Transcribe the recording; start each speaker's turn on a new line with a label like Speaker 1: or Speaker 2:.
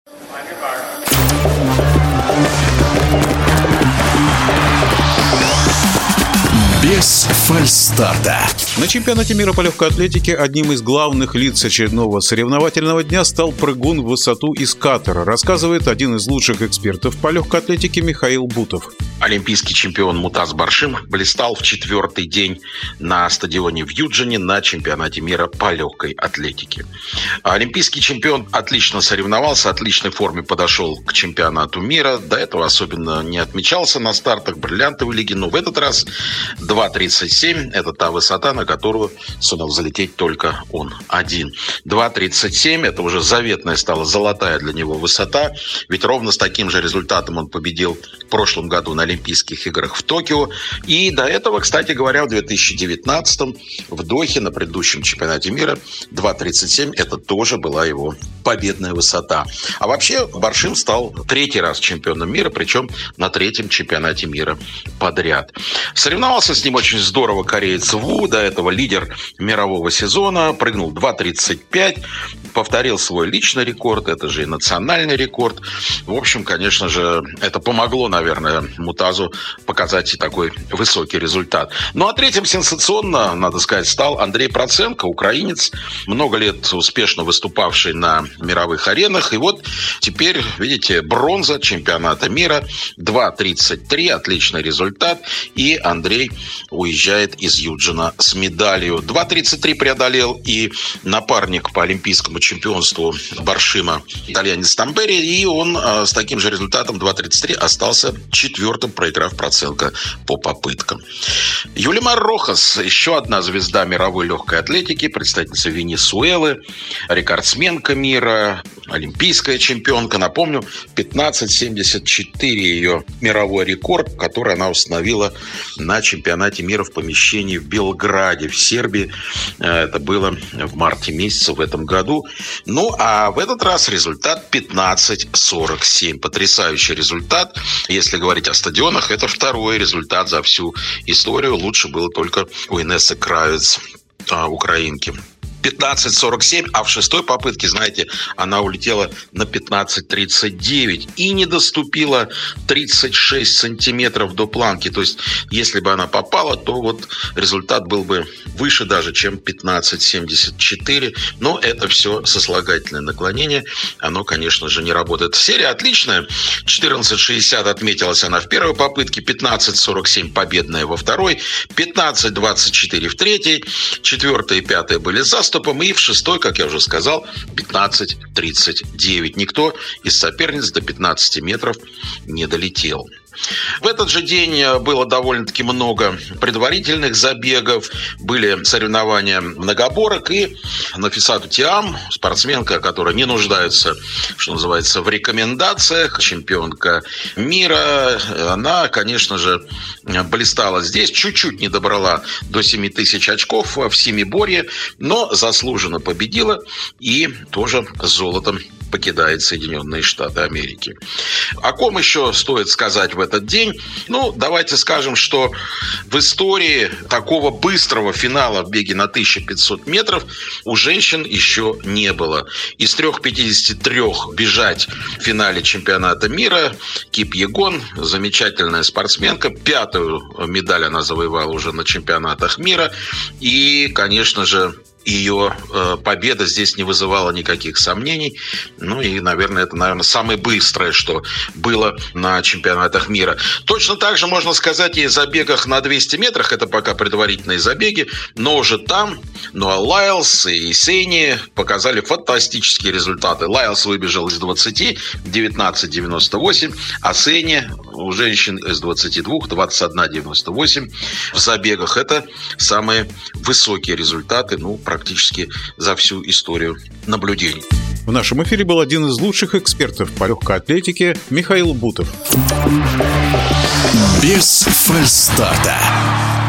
Speaker 1: Без фальстарта.
Speaker 2: На чемпионате мира по легкой атлетике одним из главных лиц очередного соревновательного дня стал прыгун в высоту из катера, рассказывает один из лучших экспертов по легкой атлетике Михаил Бутов.
Speaker 3: Олимпийский чемпион Мутаз Баршим блистал в четвертый день на стадионе в Юджине на чемпионате мира по легкой атлетике. Олимпийский чемпион отлично соревновался, в отличной форме подошел к чемпионату мира. До этого особенно не отмечался на стартах бриллиантовой лиги, но в этот раз 2.37 – это та высота, на которую сумел залететь только он один. 2.37 – это уже заветная стала золотая для него высота, ведь ровно с таким же результатом он победил в прошлом году на Олимпийских играх в Токио. И до этого, кстати говоря, в 2019-м в Дохе на предыдущем чемпионате мира 2.37 – это тоже была его победная высота. А вообще Баршим стал третий раз чемпионом мира, причем на третьем чемпионате мира подряд. Соревновался с ним очень здорово кореец Ву, до этого лидер мирового сезона, прыгнул 2.35, повторил свой личный рекорд, это же и национальный рекорд. В общем, конечно же, это помогло, наверное, Мутазу показать и такой высокий результат. Ну а третьим сенсационно, надо сказать, стал Андрей Проценко, украинец, много лет успешно выступавший на мировых аренах. И вот теперь, видите, бронза чемпионата мира, 2.33, отличный результат. И Андрей уезжает из Юджина с медалью. 2.33 преодолел и напарник по олимпийскому чемпионству Баршима, итальянец Тамбери, и он с таким же результатом 2.33 остался четвертым, проиграв Проценко по попыткам. Юлимар Рохас, еще одна звезда мировой легкой атлетики, представительница Венесуэлы, рекордсменка мира, олимпийская чемпионка. Напомню, 15.74 ее мировой рекорд, который она установила на чемпионате мира в помещении в Белграде, в Сербии. Это было в марте месяце в этом году. Ну, а в этот раз результат 15.47. Потрясающий результат. Если говорить о стадионах, это второй результат за всю историю. Лучше было только у Инессы Кравец, украинки. 15.47, а в шестой попытке, знаете, она улетела на 15.39 и не доступила 36 сантиметров до планки. То есть, если бы она попала, то вот результат был бы выше даже, чем 15.74. Но это все сослагательное наклонение. Оно, конечно же, не работает. Серия отличная. 14.60 отметилась она в первой попытке, 15.47 победная во второй, 15.24 в третьей, четвертая и пятая были заступом, и в шестой, как я уже сказал, 15.39. Никто из соперниц до 15 метров не долетел. В этот же день было довольно-таки много предварительных забегов, были соревнования многоборок, и Нафисату Тиам, спортсменка, которая не нуждается, что называется, в рекомендациях, чемпионка мира, она, конечно же, блистала здесь, чуть-чуть не добрала до 7000 очков в семиборье, но заслуженно победила и тоже с золотом покидает Соединенные Штаты Америки. О ком еще стоит сказать в этот день? Ну, давайте скажем, что в истории такого быстрого финала в беге на 1500 метров у женщин еще не было. Из 3,53 бежать в финале чемпионата мира Кип Егон, замечательная спортсменка, 5-ю медаль она завоевала уже на чемпионатах мира. И, конечно же, ее победа здесь не вызывала никаких сомнений. Ну и, наверное, это, самое быстрое, что было на чемпионатах мира. Точно так же можно сказать и о забегах на 200 метрах. Это пока предварительные забеги. Но уже там Ноа Лайлс и Сейни показали фантастические результаты. Лайлс выбежал из 20, 19.98, а Сейни у женщин из 22, 21.98 в забегах. Это самые высокие результаты, практически за всю историю наблюдений.
Speaker 2: В нашем эфире был один из лучших экспертов по легкой атлетике Михаил Бутов.
Speaker 1: Без фальстарта.